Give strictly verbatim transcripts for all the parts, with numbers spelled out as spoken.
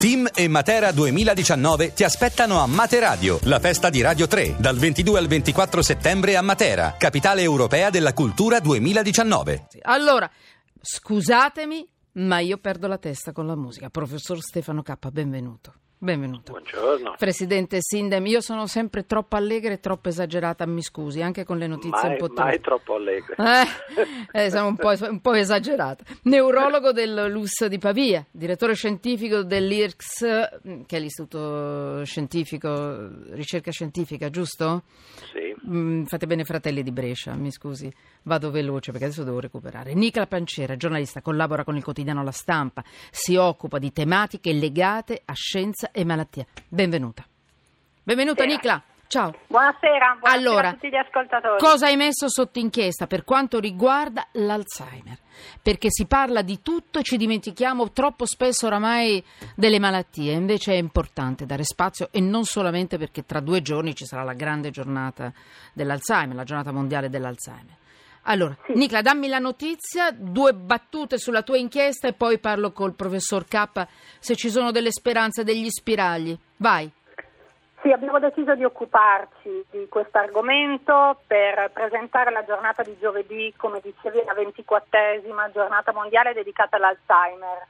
Team e Matera duemiladiciannove ti aspettano a Materadio, la festa di Radio tre, dal ventidue al ventiquattro settembre a Matera, capitale europea della cultura duemiladiciannove. Allora, scusatemi, ma io perdo la testa con la musica. Professor Stefano K, benvenuto. Benvenuto. Buongiorno. Presidente Sindem, io sono sempre troppo allegra e troppo esagerata, mi scusi, anche con le notizie mai, un po' troppo. Mai troppo allegra. Eh, eh, sono un po', un po' esagerata. Neurologo del L U S di Pavia, direttore scientifico dell'I R C S, che è l'Istituto Scientifico, Ricerca Scientifica, giusto? Sì. Mm, fate bene, Fratelli di Brescia, mi scusi, vado veloce perché adesso devo recuperare. Nicola Pancera, giornalista, collabora con il quotidiano La Stampa, si occupa di tematiche legate a scienza e malattia. Benvenuta. Benvenuta, Buonasera. Nicola. Ciao. Buonasera, buonasera allora, a tutti gli ascoltatori. Cosa hai messo sotto inchiesta per quanto riguarda l'Alzheimer? Perché si parla di tutto e ci dimentichiamo troppo spesso oramai delle malattie, invece è importante dare spazio, e non solamente perché tra due giorni ci sarà la grande giornata dell'Alzheimer, la giornata mondiale dell'Alzheimer. Allora, sì. Nicola, dammi la notizia, due battute sulla tua inchiesta e poi parlo col professor K se ci sono delle speranze, degli spiragli. Vai. Sì, abbiamo deciso di occuparci di questo argomento per presentare la giornata di giovedì, come dicevi, la ventiquattresima giornata mondiale dedicata all'Alzheimer.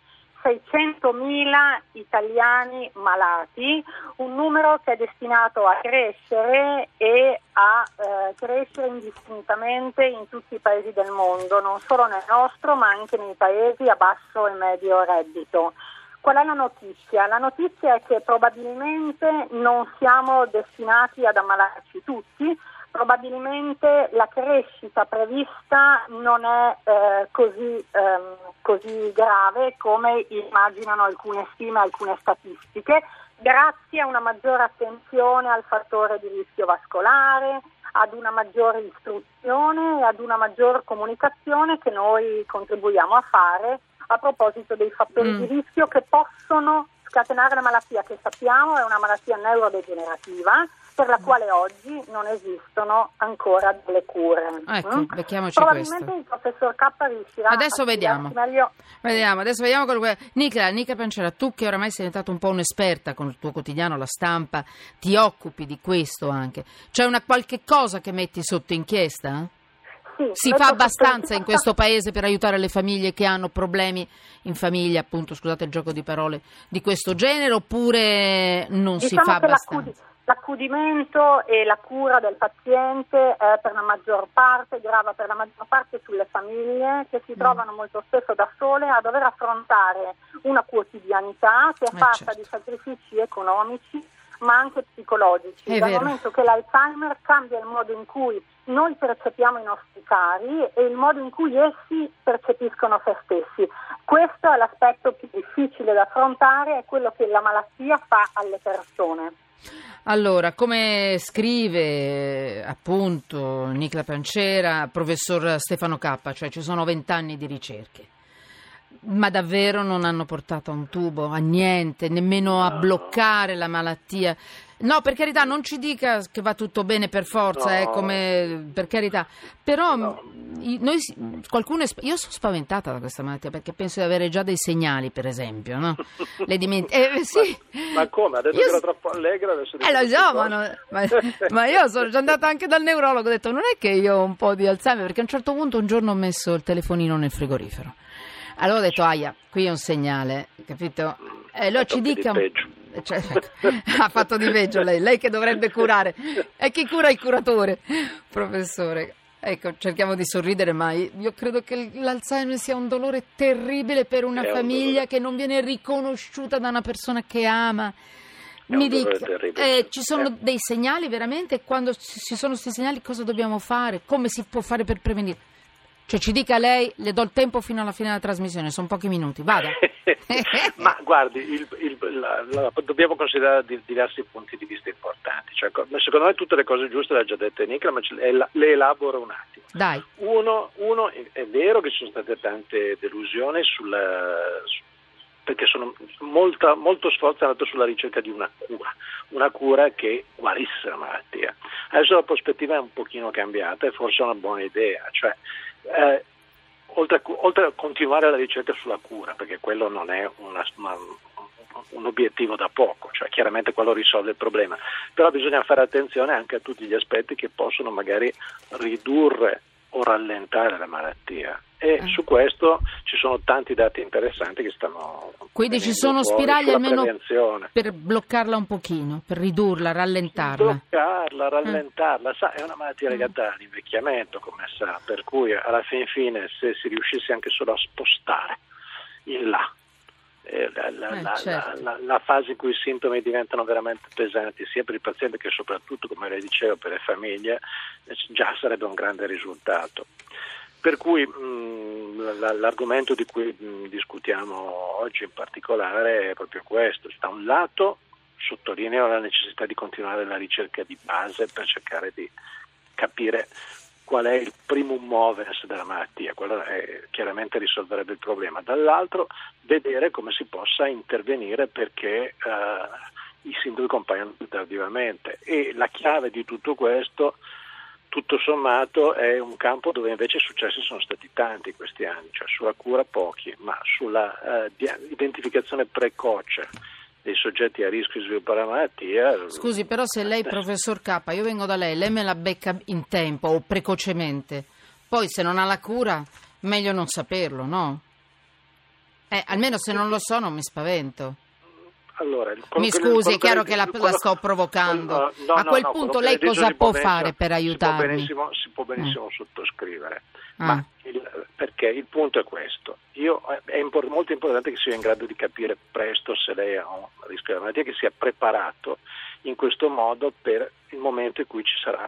seicentomila italiani malati, un numero che è destinato a crescere e a eh, crescere indistintamente in tutti i paesi del mondo, non solo nel nostro ma anche nei paesi a basso e medio reddito. Qual è la notizia? La notizia è che probabilmente non siamo destinati ad ammalarci tutti, probabilmente la crescita prevista non è eh, così, ehm, così grave come immaginano alcune stime, alcune statistiche, grazie a una maggiore attenzione al fattore di rischio vascolare, ad una maggiore istruzione e ad una maggior comunicazione che noi contribuiamo a fare a proposito dei fattori mm. di rischio che possono scatenare la malattia, che sappiamo è una malattia neurodegenerativa per la quale oggi non esistono ancora delle cure. Ecco, mm? becchiamoci Probabilmente questo. il professor K riuscirà adesso a vediamo. meglio. Vediamo, adesso vediamo quello che... Nicola, Nicola Pancera, tu che oramai sei diventato un po' un'esperta con il tuo quotidiano La Stampa, ti occupi di questo anche. C'è una qualche cosa che metti sotto inchiesta? Sì, si fa abbastanza in questo paese per aiutare le famiglie che hanno problemi in famiglia, appunto, scusate il gioco di parole, di questo genere, oppure non diciamo si fa abbastanza? L'accudi- l'accudimento e la cura del paziente è per la maggior parte, grava per la maggior parte sulle famiglie che si mm. trovano molto spesso da sole a dover affrontare una quotidianità che è eh fatta certo. di sacrifici economici ma anche psicologici, è dal vero. momento che l'Alzheimer cambia il modo in cui noi percepiamo i nostri cari e il modo in cui essi percepiscono se stessi. Questo è l'aspetto più difficile da affrontare, è quello che la malattia fa alle persone. Allora, come scrive appunto Nicola Pancera, professor Stefano K, cioè ci sono vent'anni di ricerche, ma davvero non hanno portato a un tubo, a niente, nemmeno a bloccare la malattia. No, per carità, non ci dica che va tutto bene per forza, no. eh, come per carità. Però no. noi, qualcuno, io sono spaventata da questa malattia perché penso di avere già dei segnali, per esempio, no? Le dimenti- eh, sì. ma, ma come? Adesso io che ero troppo allegra adesso Eh lo so, ma, no, ma, ma io sono già andata anche dal neurologo, ho detto non è che io ho un po' di Alzheimer, perché a un certo punto un giorno ho messo il telefonino nel frigorifero. Allora ho detto, aia, qui è un segnale, capito? E allora ci dica... Cioè, ha fatto di peggio lei, lei che dovrebbe curare. E chi cura il curatore? Professore, ecco, cerchiamo di sorridere, ma io credo che l'Alzheimer sia un dolore terribile per una è famiglia un che non viene riconosciuta da una persona che ama. Mi dica, eh, ci sono eh. dei segnali veramente? E quando ci sono questi segnali cosa dobbiamo fare? Come si può fare per prevenire? Cioè ci dica lei, le do il tempo fino alla fine della trasmissione, sono pochi minuti, vada. Ma guardi, il, il, la, la, dobbiamo considerare di, diversi punti di vista importanti. Cioè, secondo me tutte le cose giuste le ha già dette Nicola, ma le, le elaboro un attimo. Dai. Uno, uno, è vero che ci sono state tante delusioni sulla... Su, perché sono molta, molto sforzo è andato sulla ricerca di una cura, una cura che guarisse la malattia. Adesso la prospettiva è un pochino cambiata e forse è una buona idea, cioè eh, oltre, a, oltre a continuare la ricerca sulla cura, perché quello non è una, una un obiettivo da poco, cioè chiaramente quello risolve il problema, però bisogna fare attenzione anche a tutti gli aspetti che possono magari ridurre o rallentare la malattia. E eh. su questo ci sono tanti dati interessanti che stanno quindi ci sono spiragli almeno prevenzione. Per bloccarla un pochino, per ridurla, rallentarla. Bloccarla, rallentarla, eh. sa, è una malattia legata all'invecchiamento, come sa, per cui alla fin fine se si riuscisse anche solo a spostare in là eh, la, la, eh, la, certo. la, la fase in cui i sintomi diventano veramente pesanti sia per il paziente che soprattutto, come lei diceva, per le famiglie, già sarebbe un grande risultato. Per cui mh, l'argomento di cui mh, discutiamo oggi in particolare è proprio questo. Da un lato sottolineo la necessità di continuare la ricerca di base per cercare di capire qual è il primum movens della malattia, quello è, chiaramente risolverebbe il problema. Dall'altro vedere come si possa intervenire perché uh, i sintomi compaiano più tardivamente, e la chiave di tutto questo, tutto sommato, è un campo dove invece i successi sono stati tanti in questi anni, cioè sulla cura pochi, ma sulla uh, di- identificazione precoce dei soggetti a rischio di sviluppare la malattia. Scusi, però se lei, professor K, io vengo da lei, lei me la becca in tempo o precocemente, poi se non ha la cura meglio non saperlo, no? Eh, almeno se non lo so non mi spavento. Allora, mi scusi, è chiaro che la, la sto provocando. No, a quel no, punto no, lei cosa può fare per si aiutarmi? Può benissimo, si può benissimo eh. sottoscrivere, ah. ma il, perché il punto è questo. Io, è import- molto importante che sia in grado di capire presto se lei ha un rischio di malattia, che sia preparato in questo modo per il momento in cui ci sarà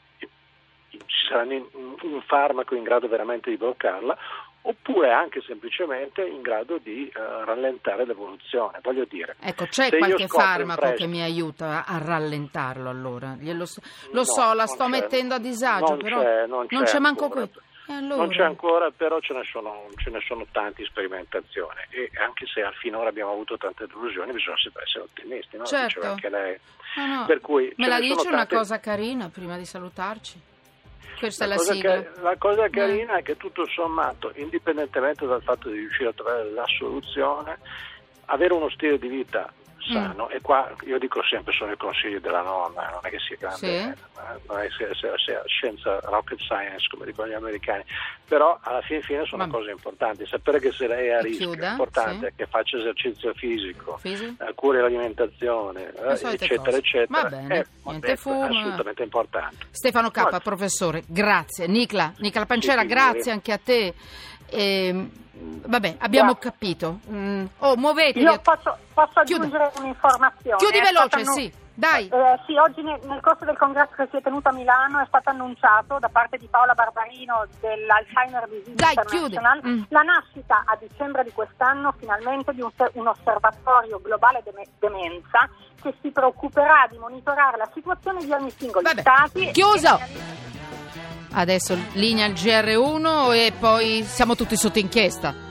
ci sarà un farmaco in grado veramente di bloccarla, oppure anche semplicemente in grado di uh, rallentare l'evoluzione. Voglio dire, ecco, c'è qualche farmaco presto... che mi aiuta a rallentarlo, allora? Glielo so, lo no, so, la sto c'è. mettendo a disagio, non però c'è, non c'è, non c'è manco ancora. quello. Allora. Non c'è ancora, però ce ne sono, ce ne sono tanti in sperimentazione, e anche se finora abbiamo avuto tante delusioni bisogna sempre essere ottimisti, no? Certo. Diceva anche lei. No, no. Per cui me la dice una tante... cosa carina prima di salutarci? Questa la è la cosa sigla. Che, la cosa carina eh. è che tutto sommato, indipendentemente dal fatto di riuscire a trovare la soluzione, avere uno stile di vita sano, mm. e qua io dico sempre sono i consigli della nonna, non è che sia grande, sì. non è che sia, sia scienza rocket science come dicono gli americani, però alla fine fine sono Vabbè. cose importanti. Sapere che se lei è a rischio chiuda, è importante, sì. che faccia esercizio fisico, Fisi? eh, curi l'alimentazione, eh, eccetera cose. eccetera, Va bene. è, Niente è fumo. assolutamente importante. Stefano K, Ma... professore, grazie. Nicla, Nicla Pancera, sì, grazie anche a te. E, vabbè, abbiamo Grazie. capito. Mm. Oh, muovetevi. Io posso, posso Chiude. aggiungere un'informazione. Chiudi È veloce, annu- sì, dai. Eh, sì, oggi nel, nel corso del congresso che si è tenuto a Milano è stato annunciato da parte di Paola Barbarino dell'Alzheimer Disease Dai, International chiudi. Mm. la nascita a dicembre di quest'anno finalmente di un, un osservatorio globale de- demenza che si preoccuperà di monitorare la situazione di ogni singolo Vabbè, stati. chiuso. E... Adesso linea il G R uno e poi siamo tutti sotto inchiesta.